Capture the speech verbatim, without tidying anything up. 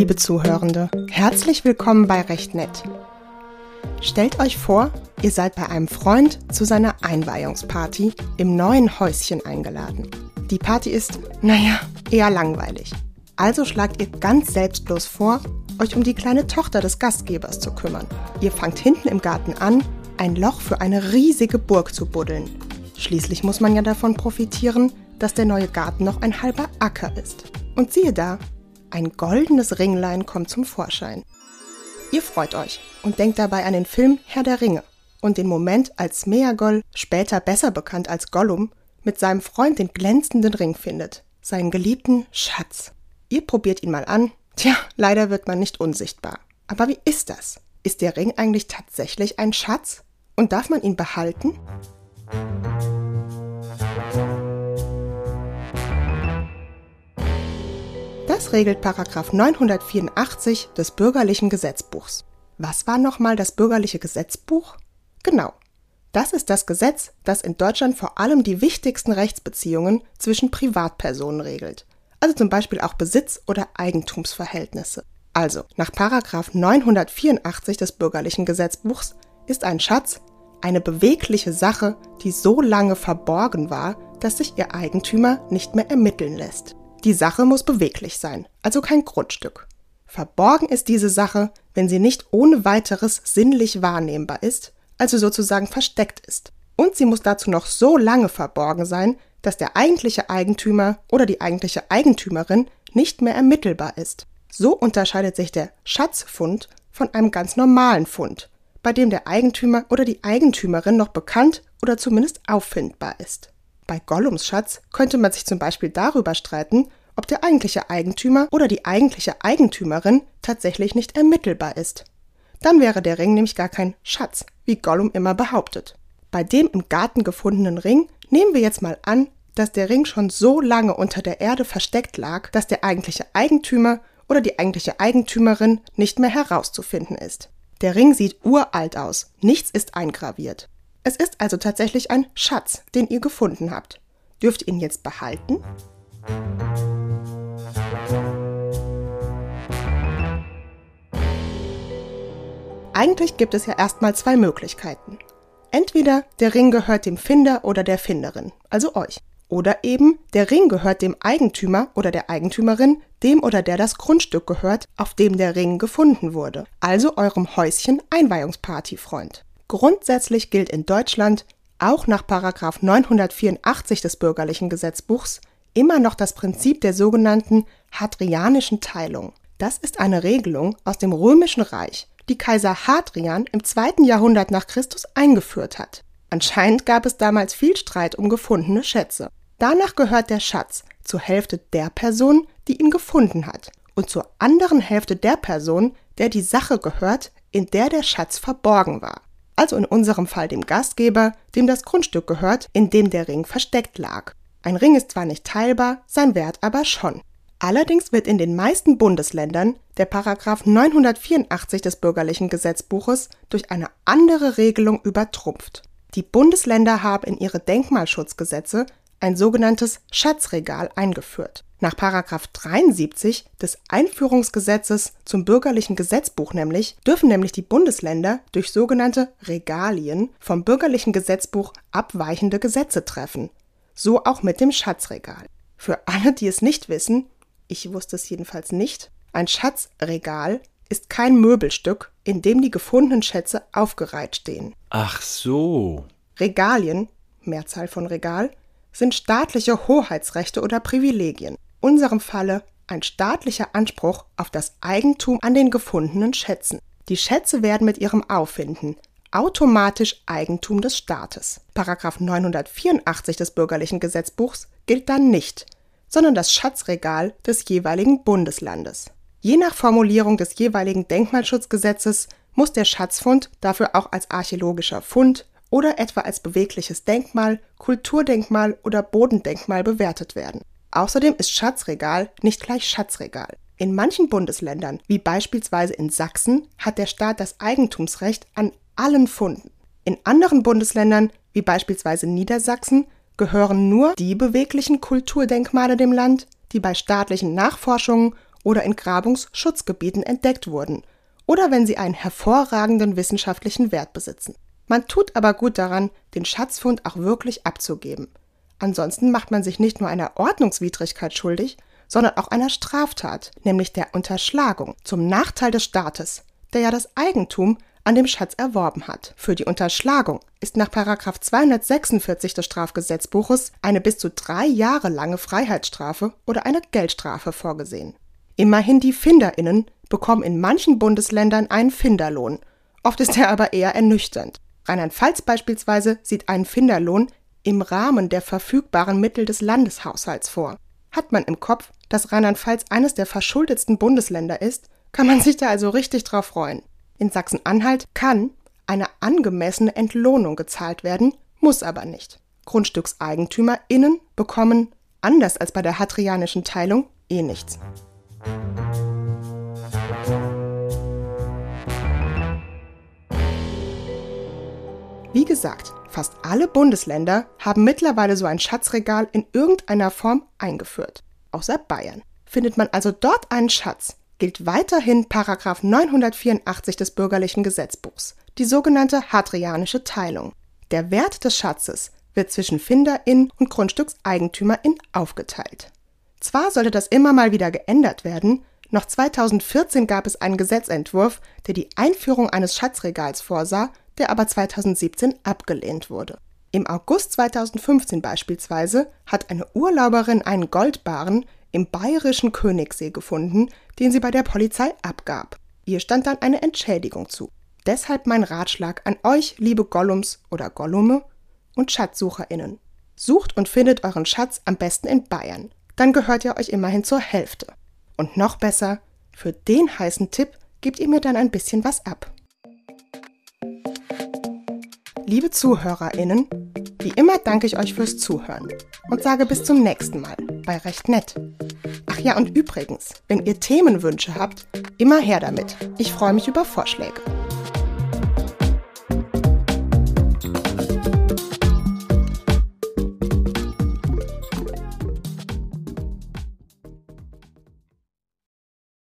liebe Zuhörende, herzlich willkommen bei Recht Nett. Stellt euch vor, ihr seid bei einem Freund zu seiner Einweihungsparty im neuen Häuschen eingeladen. Die Party ist, naja, eher langweilig. Also schlagt ihr ganz selbstlos vor, euch um die kleine Tochter des Gastgebers zu kümmern. Ihr fangt hinten im Garten an, ein Loch für eine riesige Burg zu buddeln. Schließlich muss man ja davon profitieren, dass der neue Garten noch ein halber Acker ist. Und siehe da, ein goldenes Ringlein kommt zum Vorschein. Ihr freut euch und denkt dabei an den Film Herr der Ringe und den Moment, als Smeagol, später besser bekannt als Gollum, mit seinem Freund den glänzenden Ring findet, seinen geliebten Schatz. Ihr probiert ihn mal an, tja, leider wird man nicht unsichtbar. Aber wie ist das? Ist der Ring eigentlich tatsächlich ein Schatz? Und darf man ihn behalten? Das regelt Paragraph neunhundertvierundachtzig des Bürgerlichen Gesetzbuchs. Was war nochmal das Bürgerliche Gesetzbuch? Genau, das ist das Gesetz, das in Deutschland vor allem die wichtigsten Rechtsbeziehungen zwischen Privatpersonen regelt. Also zum Beispiel auch Besitz- oder Eigentumsverhältnisse. Also, nach Paragraph neunhundertvierundachtzig des Bürgerlichen Gesetzbuchs ist ein Schatz eine bewegliche Sache, die so lange verborgen war, dass sich ihr Eigentümer nicht mehr ermitteln lässt. Die Sache muss beweglich sein, also kein Grundstück. Verborgen ist diese Sache, wenn sie nicht ohne weiteres sinnlich wahrnehmbar ist, also sozusagen versteckt ist. Und sie muss dazu noch so lange verborgen sein, dass der eigentliche Eigentümer oder die eigentliche Eigentümerin nicht mehr ermittelbar ist. So unterscheidet sich der Schatzfund von einem ganz normalen Fund, bei dem der Eigentümer oder die Eigentümerin noch bekannt oder zumindest auffindbar ist. Bei Gollums Schatz könnte man sich zum Beispiel darüber streiten, ob der eigentliche Eigentümer oder die eigentliche Eigentümerin tatsächlich nicht ermittelbar ist. Dann wäre der Ring nämlich gar kein Schatz, wie Gollum immer behauptet. Bei dem im Garten gefundenen Ring nehmen wir jetzt mal an, dass der Ring schon so lange unter der Erde versteckt lag, dass der eigentliche Eigentümer oder die eigentliche Eigentümerin nicht mehr herauszufinden ist. Der Ring sieht uralt aus, nichts ist eingraviert. Es ist also tatsächlich ein Schatz, den ihr gefunden habt. Dürft ihr ihn jetzt behalten? Eigentlich gibt es ja erstmal zwei Möglichkeiten. Entweder der Ring gehört dem Finder oder der Finderin, also euch. Oder eben der Ring gehört dem Eigentümer oder der Eigentümerin, dem oder der das Grundstück gehört, auf dem der Ring gefunden wurde, also eurem Häuschen Einweihungsparty-Freund. Grundsätzlich gilt in Deutschland, auch nach Paragraph neunhundertvierundachtzig des Bürgerlichen Gesetzbuchs, immer noch das Prinzip der sogenannten hadrianischen Teilung. Das ist eine Regelung aus dem Römischen Reich, die Kaiser Hadrian im zweiten Jahrhundert nach Christus eingeführt hat. Anscheinend gab es damals viel Streit um gefundene Schätze. Danach gehört der Schatz zur Hälfte der Person, die ihn gefunden hat, und zur anderen Hälfte der Person, der die Sache gehört, in der der Schatz verborgen war. Also in unserem Fall dem Gastgeber, dem das Grundstück gehört, in dem der Ring versteckt lag. Ein Ring ist zwar nicht teilbar, sein Wert aber schon. Allerdings wird in den meisten Bundesländern der Paragraph neunhundertvierundachtzig des Bürgerlichen Gesetzbuches durch eine andere Regelung übertrumpft. Die Bundesländer haben in ihre Denkmalschutzgesetze ein sogenanntes Schatzregal eingeführt. Nach Paragraph dreiundsiebzig des Einführungsgesetzes zum Bürgerlichen Gesetzbuch nämlich dürfen nämlich die Bundesländer durch sogenannte Regalien vom Bürgerlichen Gesetzbuch abweichende Gesetze treffen. So auch mit dem Schatzregal. Für alle, die es nicht wissen, ich wusste es jedenfalls nicht, ein Schatzregal ist kein Möbelstück, in dem die gefundenen Schätze aufgereiht stehen. Ach so. Regalien, Mehrzahl von Regal, sind staatliche Hoheitsrechte oder Privilegien. In unserem Falle ein staatlicher Anspruch auf das Eigentum an den gefundenen Schätzen. Die Schätze werden mit ihrem Auffinden automatisch Eigentum des Staates. Paragraph neunhundertvierundachtzig des Bürgerlichen Gesetzbuchs gilt dann nicht, sondern das Schatzregal des jeweiligen Bundeslandes. Je nach Formulierung des jeweiligen Denkmalschutzgesetzes muss der Schatzfund dafür auch als archäologischer Fund oder etwa als bewegliches Denkmal, Kulturdenkmal oder Bodendenkmal bewertet werden. Außerdem ist Schatzregal nicht gleich Schatzregal. In manchen Bundesländern, wie beispielsweise in Sachsen, hat der Staat das Eigentumsrecht an allen Funden. In anderen Bundesländern, wie beispielsweise Niedersachsen, gehören nur die beweglichen Kulturdenkmale dem Land, die bei staatlichen Nachforschungen oder in Grabungsschutzgebieten entdeckt wurden oder wenn sie einen hervorragenden wissenschaftlichen Wert besitzen. Man tut aber gut daran, den Schatzfund auch wirklich abzugeben. Ansonsten macht man sich nicht nur einer Ordnungswidrigkeit schuldig, sondern auch einer Straftat, nämlich der Unterschlagung, zum Nachteil des Staates, der ja das Eigentum an dem Schatz erworben hat. Für die Unterschlagung ist nach Paragraph zweihundertsechsundvierzig des Strafgesetzbuches eine bis zu drei Jahre lange Freiheitsstrafe oder eine Geldstrafe vorgesehen. Immerhin die FinderInnen bekommen in manchen Bundesländern einen Finderlohn. Oft ist er aber eher ernüchternd. Rheinland-Pfalz beispielsweise sieht einen Finderlohn im Rahmen der verfügbaren Mittel des Landeshaushalts vor. Hat man im Kopf, dass Rheinland-Pfalz eines der verschuldetsten Bundesländer ist, kann man sich da also richtig drauf freuen. In Sachsen-Anhalt kann eine angemessene Entlohnung gezahlt werden, muss aber nicht. GrundstückseigentümerInnen bekommen, anders als bei der hadrianischen Teilung, eh nichts. Wie gesagt, fast alle Bundesländer haben mittlerweile so ein Schatzregal in irgendeiner Form eingeführt. Außer Bayern. Findet man also dort einen Schatz, gilt weiterhin Paragraph neunhundertvierundachtzig des Bürgerlichen Gesetzbuchs, die sogenannte hadrianische Teilung. Der Wert des Schatzes wird zwischen FinderInnen und GrundstückseigentümerInnen aufgeteilt. Zwar sollte das immer mal wieder geändert werden, noch zweitausendvierzehn gab es einen Gesetzentwurf, der die Einführung eines Schatzregals vorsah, der aber zweitausendsiebzehn abgelehnt wurde. Im August zweitausendfünfzehn beispielsweise hat eine Urlauberin einen Goldbarren im bayerischen Königssee gefunden, den sie bei der Polizei abgab. Ihr stand dann eine Entschädigung zu. Deshalb mein Ratschlag an euch, liebe Gollums oder Gollume und SchatzsucherInnen. Sucht und findet euren Schatz am besten in Bayern. Dann gehört ihr euch immerhin zur Hälfte. Und noch besser, für den heißen Tipp gebt ihr mir dann ein bisschen was ab. Liebe ZuhörerInnen, wie immer danke ich euch fürs Zuhören und sage bis zum nächsten Mal bei Recht Nett. Ach ja, und übrigens, wenn ihr Themenwünsche habt, immer her damit. Ich freue mich über Vorschläge.